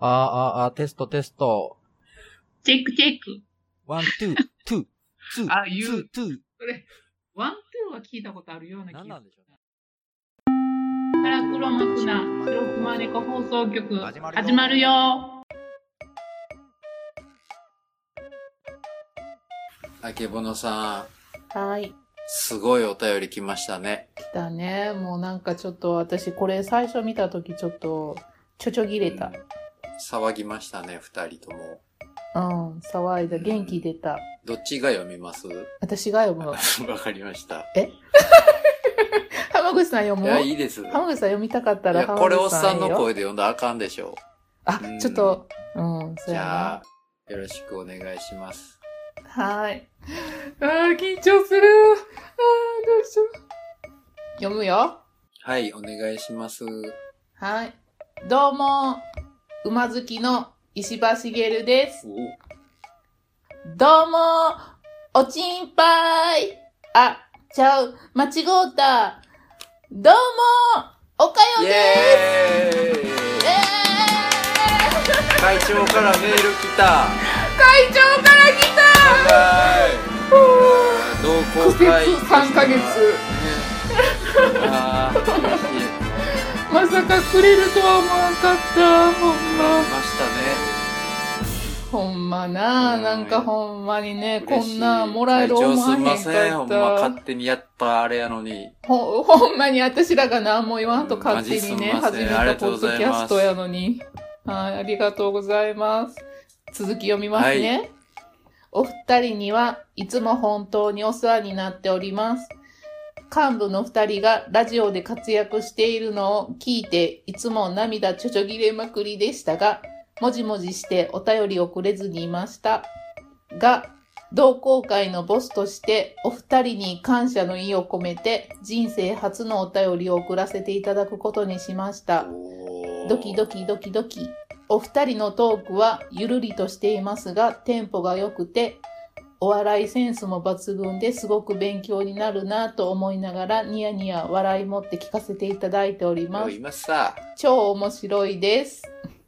テストテスト。 チェックチェック。 ワン、ツー、ツー、ツー、 あ、 ツー、ツー。 それ、ワン、ツーは聞いたことあるような気がする。 何なんでしょうね。 カラクロマクな白熊猫放送局始まるよ始まるよ。 あけぼのさん、 はい。 すごいお便り来ましたね。 来たね。もうなんかちょっと私これ最初見たときちょっとちょちょぎれた。 騒ぎましたね、二人とも。 騒いだ。元気出た。 どっちが読みます？ 私が読む。 わかりました。 浜口さん読む？ いや、いいです。 浜口さん読みたかったいや、 ら浜これおっ口さんさんの声で読んだらあかんでしょ。 ちょっと、そうじやゃあ、よろしくお願いします。 な。はい。緊張する。どうしよう。読むよ。 はい、お願いします。 はい。どうも、馬好きの石破茂です。どうも、おちんぱい。ちゃう、間違うた。どうも、おかよイでエーイす。 会長からメール来た。 会長から来た。 同好会苦節3ヶ月。 嬉しい。 まさかくれるとは思わんかった。ほんま。 ましたね。 ほんまな、なんかほんまにね、こんなももらえる思わへんかった。 すいません、ほんま勝手にやったあれやのに。 ほんまに私らが何も言わんと勝手にね、 マジすんません始めたポッドキャストやのに。はい、ありがとうございます。続き読みますね。はい、お二人にはいつも本当にお世話になっております。幹部の二人がラジオで活躍しているのを聞いて、いつも涙ちょちょぎれまくりでしたが、もじもじしてお便りをくれずにいました。が、同好会のボスとしてお二人に感謝の意を込めて人生初のお便りを送らせていただくことにしました。ドキドキドキドキ。お二人のトークはゆるりとしていますがテンポが良くてお笑いセンスも抜群ですごく勉強になるなと思いながらニヤニヤ笑いもって聞かせていただいております。超面白いです。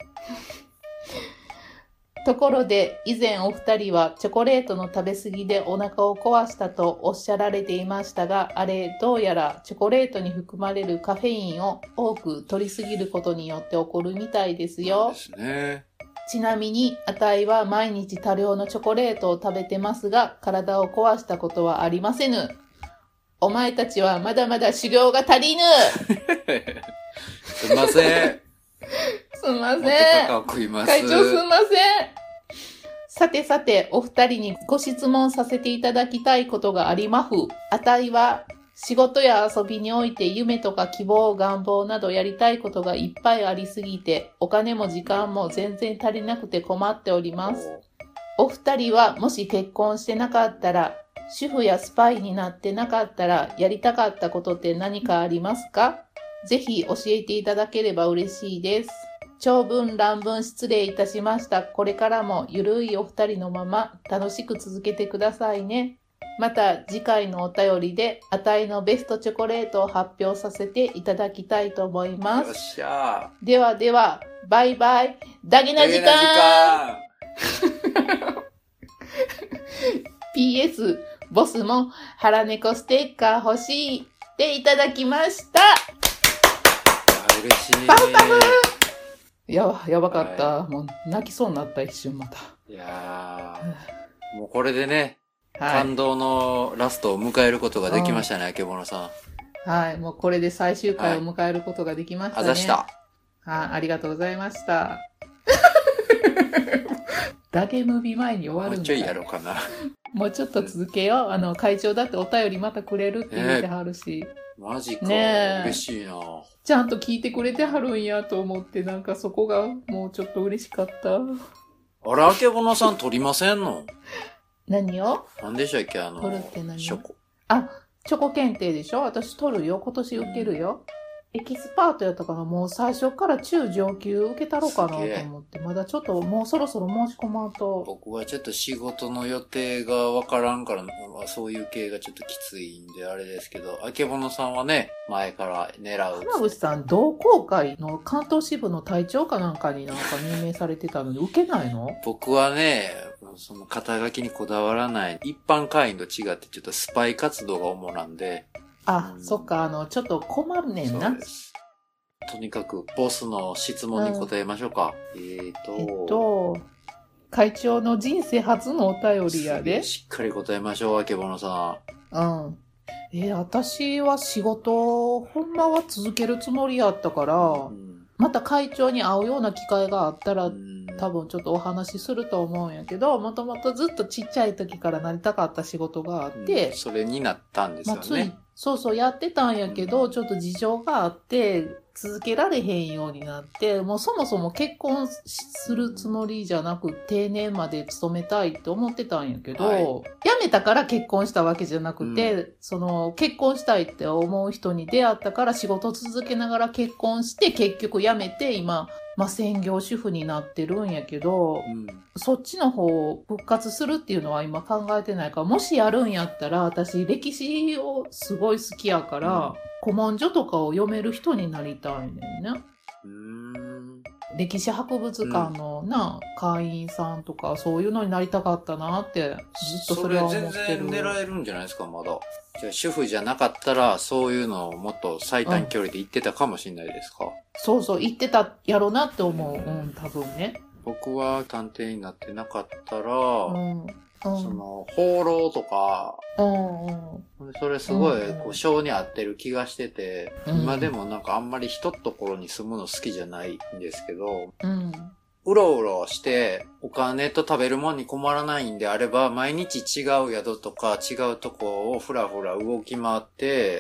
ところで以前お二人はチョコレートの食べ過ぎでお腹を壊したとおっしゃられていましたが、あれどうやらチョコレートに含まれるカフェインを多く摂りすぎることによって起こるみたいですよ。 ですね。 ちなみにあたいは毎日多量のチョコレートを食べてますが、体を壊したことはありませぬ。お前たちはまだまだ修行が足りぬ。 すいません。 すんません。 会長すんません。さてさて、お二人にご質問させていただきたいことがありまふ。あたいは仕事や遊びにおいて夢とか希望、願望などやりたいことがいっぱいありすぎて、お金も時間も全然足りなくて困っております。お二人はもし結婚してなかったら、主婦やスパイになってなかったら、やりたかったことって何かありますか？ぜひ教えていただければ嬉しいです。長文乱文失礼いたしました。これからもゆるいお二人のまま楽しく続けてくださいね。また次回のお便りであたいのベストチョコレートを発表させていただきたいと思います。 よっしゃー。 ではでは、バイバイ。ダゲな時間PS、ボスも腹猫ステッカー欲しいっていただきました。 嬉しい。 パフパフ。やばかった、もう泣きそうになった一瞬また。 いやー、もうこれでね、感動のラストを迎えることができましたね、あけぼのさん。はい、もうこれで最終回を迎えることができましたね。 あざした。 ありがとうございました。だけムービー前に終わるんだ。 もうちょいやろうかな。 もうちょっと続けよう。会長だってお便りまたくれるって言ってはるし。 マジか。 ねえ。 嬉しいな。 ちゃんと聞いてくれてはるんやと思って、なんかそこがもうちょっと嬉しかった。 あれ、あけぼのさん取りませんの？ 何を？ 何でしたっけ取るって何？ チョコ。 チョコ検定でしょ？私取るよ。今年受けるよ。 エキスパートやったかな。もう最初から中上級受けたろうかなと思って、まだちょっともうそろそろ申し込まんと。 僕はちょっと仕事の予定がわからんから、そういう系がちょっときついんであれですけど、あけぼのさんはね、前から狙う。 浜口さん、同好会の関東支部の隊長かなんかになんか任命されてたのに受けないの？ 僕はね、その肩書きにこだわらない。一般会員と違ってちょっとスパイ活動が主なんで。 あ、そっか、ちょっと困るねんな。 そうです。とにかく、ボスの質問に答えましょうか。 会長の人生初のお便りやで。 しっかり答えましょう、あけぼのさん。私は仕事、ほんまは続けるつもりやったから、また会長に会うような機会があったら、多分ちょっとお話しすると思うんやけど、もともとずっとちっちゃい時からなりたかった仕事があって、 それになったんですよね。 そうそう、やってたんやけど、ちょっと事情があって、続けられへんようになって、もうそもそも結婚するつもりじゃなく、定年まで勤めたいって思ってたんやけど、辞めたから結婚したわけじゃなくて、結婚したいって思う人に出会ったから仕事続けながら結婚して、結局辞めて、今、専業主婦になってるんやけど、そっちの方を復活するっていうのは今考えてないから、もしやるんやったら、私歴史をすごい好きやから、古文書とかを読める人になりたいねんね。歴史博物館の会員さんとか、そういうのになりたかったなって、ずっとそれは思ってる。 それ全然狙えるんじゃないですか、まだ。じゃあ主婦じゃなかったら、そういうのをもっと最短距離で行ってたかもしれないですか？ そうそう、行ってたやろなって思う。多分ね。 僕は探偵になってなかったら、放浪とか、それすごい、性に合ってる気がしてて、今でもなんかあんまり一ところに住むの好きじゃないんですけど、うろうろしてお金と食べるもんに困らないんであれば、毎日違う宿とか違うとこをふらふら動き回って、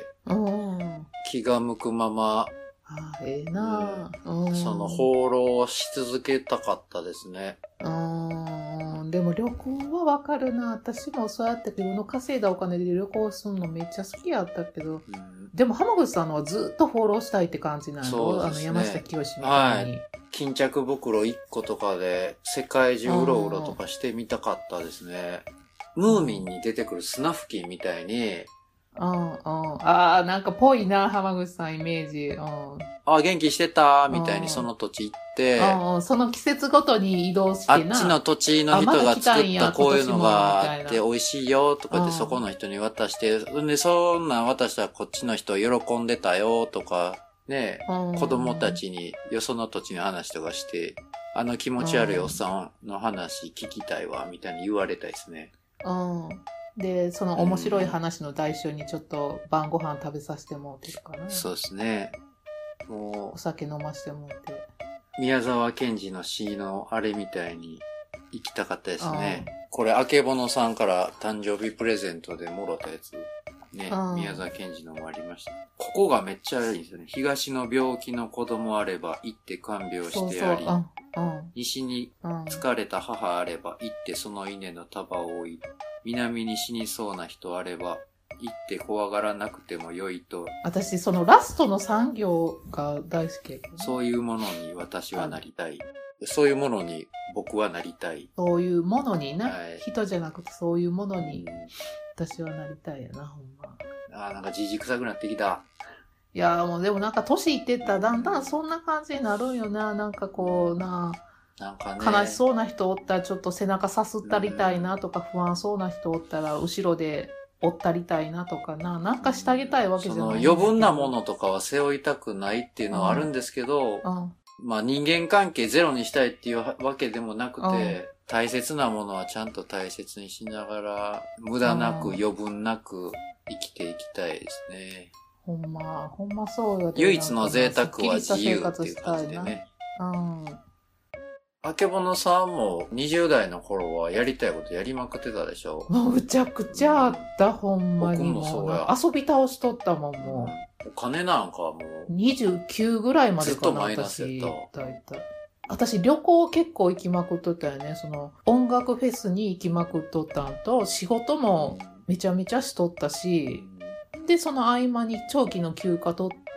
気が向くまま、放浪し続けたかったですね。 でも旅行はわかるな。私もそうやって自分の稼いだお金で旅行するのめっちゃ好きやったけど、でも浜口さんのはずっと放浪したいって感じなの？ そうですね。 山下清みたいに。 巾着袋1個とかで世界中うろうろとかしてみたかったですね。ムーミンに出てくるスナフキンみたいに、 なんかぽいな、浜口さんイメージ。 元気してたみたいにその土地行って、 その季節ごとに移動してな。 あっちの土地の人が作ったこういうのがあって美味しいよとかってそこの人に渡して、で、そんなん渡したらこっちの人喜んでたよとか、ね、子供たちによその土地の話とかして、気持ち悪いおっさんの話聞きたいわみたいに言われたいですね。 で、その面白い話の代償にちょっと晩ご飯食べさせてもらってるかな。 そうですね。もう、 お酒飲ませてもらって。 宮沢賢治の詩のあれみたいに行きたかったですね。これ、あけぼのさんから誕生日プレゼントでもろたやつ。ね、宮沢賢治のもありました。ここがめっちゃいいですよね。東の病気の子供あれば、行って看病してやり。西に疲れた母あれば、行ってその稲の束を追い。南に死にそうな人あれば、行って怖がらなくても良いと。 私、そのラストの産業が大好きやけど、ね。 そういうものに私はなりたい。そういうものに僕はなりたい。 そういうものにな。人じゃなくてそういうものに私はなりたいやな、ほんま。 なんかじじくさくなってきた。 いやもうでもなんか年いってったらだんだんそんな感じになるんよな。なんかこうなんかね、 悲しそうな人おったらちょっと背中さすったりたいなとか、不安そうな人おったら後ろで追ったりたいなとかなんかしてあげたいわけじゃない。 その余分なものとかは背負いたくないっていうのはあるんですけど、人間関係ゼロにしたいっていうわけでもなくて、大切なものはちゃんと大切にしながら、無駄なく余分なく生きていきたいですね。 ほんまそうよ。 唯一の贅沢は自由っていう感じでね。あけぼのさんも20代の頃はやりたいことやりまくってたでしょ？ むちゃくちゃあった、ほんまに。 僕もそうや。 遊び倒しとったもん、もう。お金なんかもう。 29ぐらいまでかな、 ずっとマイナスやった。 私旅行結構行きまくっとったよね。その音楽フェスに行きまくっとったんと、仕事もめちゃめちゃしとったし、で、その合間に長期の休暇取っ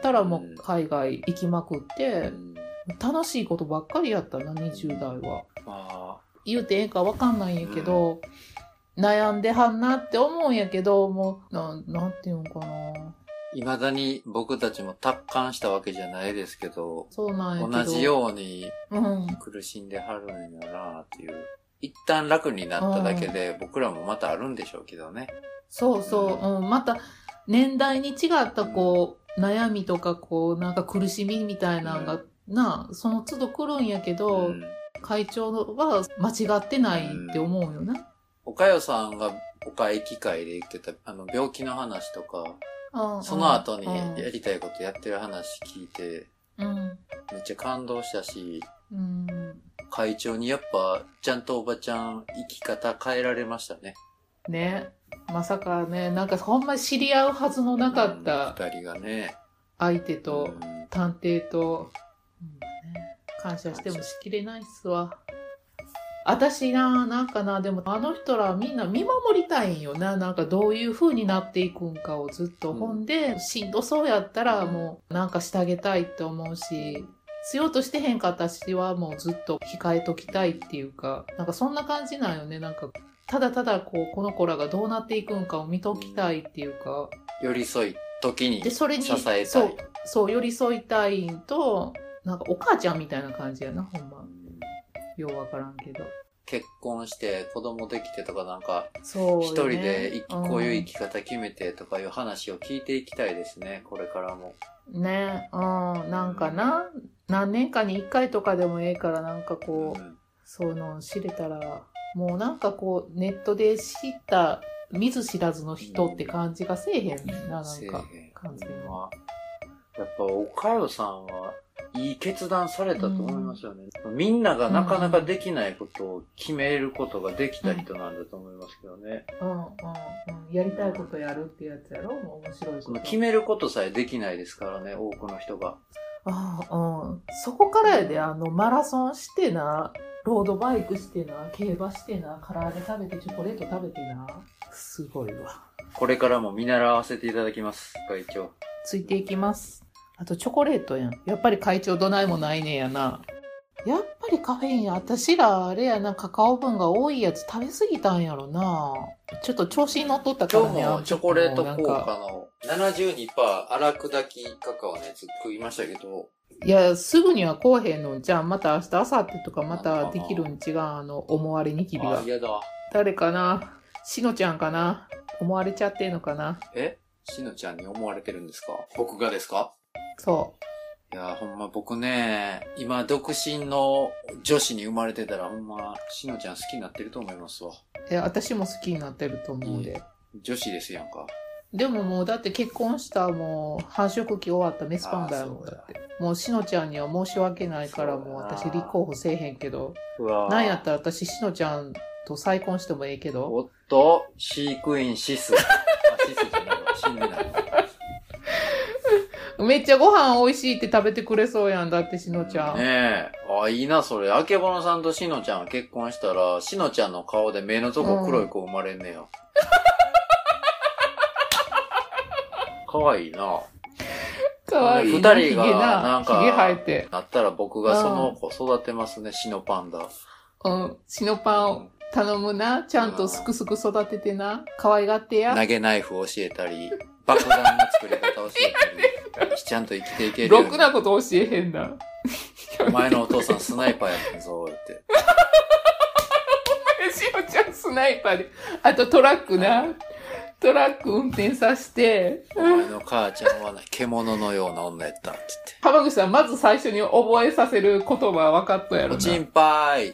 ったらもう海外行きまくって、 うん、 楽しいことばっかりやったな、20代は。 あ言うてええかわかんないんやけど、悩んではんなって思うんやけど、もう、なんていうんかな。 未だに僕たちも達観したわけじゃないですけど、 そうなんやけど。 同じようにうん。 苦しんではるんやなっていう。一旦楽になっただけで、僕らもまたあるんでしょうけどね。 そうそう、うん。また、年代に違ったこう、悩みとかこう、なんか苦しみみたいなのが、その都度来るんやけど、会長は間違ってないって思うよな。 おかよさんがお会議会で言ってた、病気の話とか、その後にやりたいことやってる話聞いて、めっちゃ感動したし、会長にやっぱ、ちゃんとおばちゃん生き方変えられましたね。 ね。まさかね、なんかほんま知り合うはずのなかった。 二人がね。 相手と、探偵と、感謝してもしきれないっすわ。私なんかな、でもあの人らみんな見守りたいんよな。なんかどういう風になっていくんかをずっと。ほんで、しんどそうやったらもうなんかしてあげたいって思うし、強いとしてへんか私はもうずっと控えときたいっていうか、なんかそんな感じなんよね。なんか、ただただこの子らがどうなっていくんかを見ときたいっていうか。 寄り添い、時にで、それに支えたい。 そう、寄り添いたいんと、なんかお母ちゃんみたいな感じやな、ほんま。ようわからんけど。 結婚して子供できてとかなんか、 そう、ね、 一人でこういう生き方決めてとかいう話を聞いていきたいですね、これからも。 ね、なんかな、何年かに一回とかでもええからなんかこう、そういうの知れたら、もうなんかこう、ネットで知った見ず知らずの人って感じがせえへんな、なんか、完全に。 やっぱ、おかよさんはいい決断されたと思いますよね。みんながなかなかできないことを決めることができた人なんだと思いますけどね。 やりたいことやるってやつやろ、もう面白いこと。 決めることさえできないですからね、多くの人が。 そこからやで、マラソンしてな、ロードバイクしてな、競馬してな、唐揚げ食べて、チョコレート食べてな。すごいわ。 これからも見習わせていただきます、会長。 ついていきます。あとチョコレートやん。やっぱり会長どないもないねんやな。やっぱりカフェイン、私らあれやな、カカオ分が多いやつ食べ過ぎたんやろな。ちょっと調子に乗っとったからね。 今日もチョコレート効果の 72% 荒砕きカカオのやつ食いましたけど。 いや、すぐにはこうへんのじゃあまた明日、明後日とかまたできるん違う、思われニキビが。 嫌だ。 誰かな、しのちゃんかな、思われちゃってんのかな。 しのちゃんに思われてるんですか？僕がですか？ そう。 いや、ほんま僕ね、今独身の女子に生まれてたらほんま、しのちゃん好きになってると思いますわ。 私も好きになってると思うで。 女子ですやんか。 でももうだって結婚したもう繁殖期終わったメスパンダやもんだって。もうしのちゃんには申し訳ないからもう私立候補せえへんけど。なんやったら私しのちゃんと再婚してもええけど。 おっと、飼育員シス。シスじゃないわ。死んでない。 めっちゃご飯美味しいって食べてくれそうやんだってしのちゃん。 ねえ。いいな、それ。あけぼのさんとしのちゃんが結婚したら、しのちゃんの顔で目のとこ黒い子生まれんねや。かわいいな。 かわいい。 二人が、なんか、 ひげ生えて。 なったら僕がその子育てますね、シノパンダ。 シノパンを頼むな。ちゃんとすくすく育ててな。可愛がってや。 投げナイフ教えたり、爆弾の作り方教えたり、ちゃんと生きていけるように。 ろくなこと教えへんな。 お前のお父さんスナイパーやってんぞ、って。 しのちゃんスナイパーで。あとトラックな。トラック運転させて。 お前の母ちゃんは獣のような女やったって言って。 浜口さん、まず最初に覚えさせる言葉は分かったやろな。 おちんぱーい。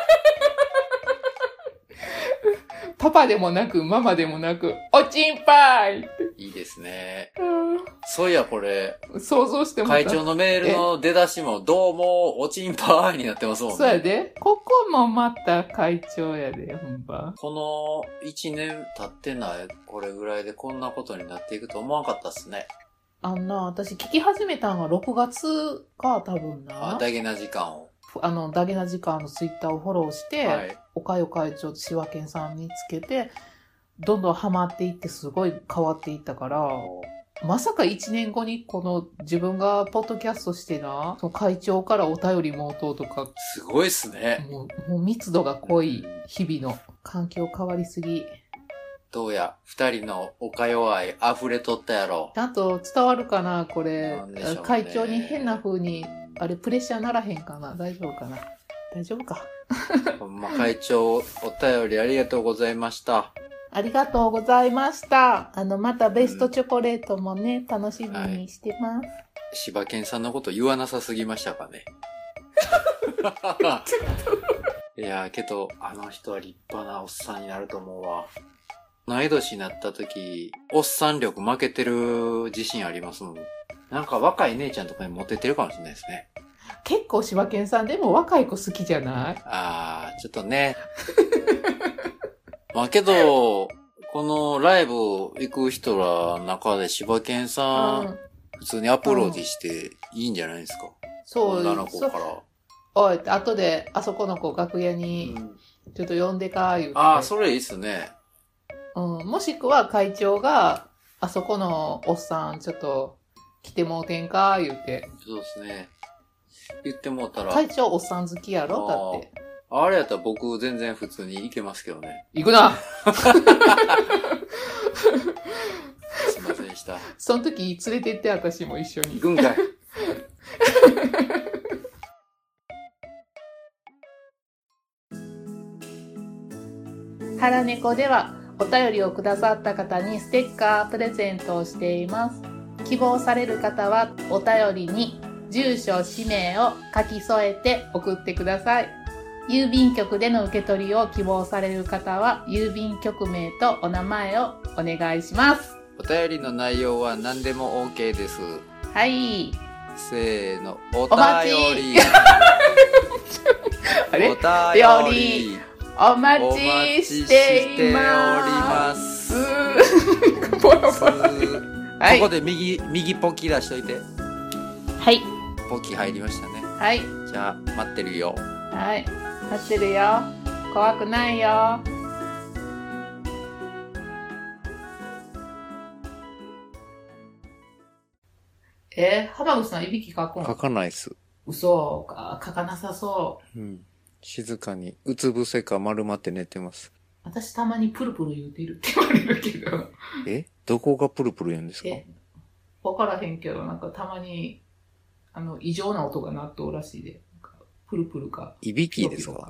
パパでもなく、ママでもなく、おちんぱーいって。 いいですね。そういや、これ。 想像しても会長のメールの出だしも、どうも、おちんぱーいになってますもんね。 そうやで。ここもまた会長やで、ほんま。 この1年経ってないこれぐらいでこんなことになっていくと思わなかったっすね。 私聞き始めたのが6月か、多分な。 ダゲな時間を。 ダゲな時間のツイッターをフォローして、 はい、 おかよ会長としわけんさんにつけて、どんどんハマっていってすごい変わっていったから、 まさか1年後にこの自分がポッドキャストしてな、その会長からお便りもとか、 すごいっすね。 もう密度が濃い日々の環境変わりすぎ。 どうや、二人のおかよ愛溢れとったやろ。 ちゃんと伝わるかなこれ、 なんでしょうね会長に変な風に、あれプレッシャーならへんかな大丈夫かな大丈夫か。 ほんま会長、お便りありがとうございました。 ありがとうございました。またベストチョコレートもね、楽しみにしてます。 柴犬さんのこと言わなさすぎましたかね。いやけど、あの人は立派なおっさんになると思うわ。同い年になった時、おっさん力負けてる自信ありますもん。なんか若い姉ちゃんとかにモテてるかもしれないですね。 結構柴犬さんでも若い子好きじゃない？ ちょっとね。まあけど、このライブ行く人らの中で柴犬さん、普通にアプローチしていいんじゃないですか。 そう。 女の子から。 おい、後であそこの子楽屋にちょっと呼んでか、言うて。 それいいっすね。 もしくは会長が、あそこのおっさんちょっと来てもうてんか、言うて。 そうですね。言ってもうたら。 会長おっさん好きやろだって。 あれやったら僕全然普通に行けますけどね。 行くなすいませんでした。 その時連れて行って私も一緒に。 行くんかい。 腹猫ではお便りをくださった方にステッカープレゼントをしています。希望される方はお便りに住所、氏名を書き添えて送ってください。郵便局での受け取りを希望される方は郵便局名とお名前をお願いします。 お便りの内容は何でも OK です。 はい。 せーの、お便り。 あれお便り。 お待ちしています。 ここで右ポキ出しといて。 はい。 ポキ入りましたね。 はい。 じゃあ、待ってるよ。 はい。待ってるよ。怖くないよ。浜口さん、いびきかくん？ 書かないっす。 嘘か。書かなさそう。 静かに、うつ伏せか丸まって寝てます。 私たまにプルプル言うてるって言われるけど。 どこがプルプル言うんですか？ わからへんけど、なんかたまに、異常な音が鳴っとうらしいで。プルプルか。 いびきですか？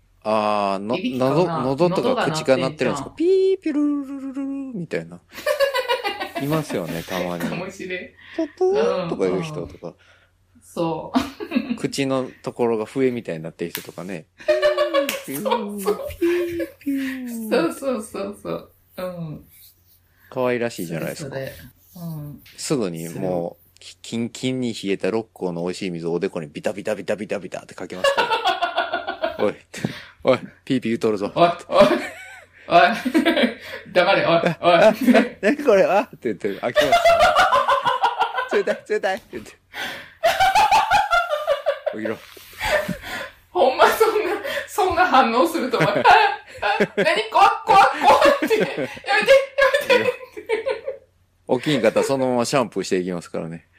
喉とか口が鳴ってるんですか？ピーピルルルルルみたいな。いますよね、たまに。 かもしれん。 ポポーとか言う人とか。 そう。 口のところが笛みたいになってる人とかね。 そう。 可愛らしいじゃないですか。すぐにもう、キンキンに冷えた六甲の美味しい水をおでこにビタビタビタビタビタってかけますから。おい、ピーピー言うとるぞ。 おい、黙れ、おい。 何これって言ってる。開きます。冷たいって言って。起きろ。 ほんまそんな反応すると思う。何怖って。やめて。 起きんかったらそのままシャンプーしていきますからね。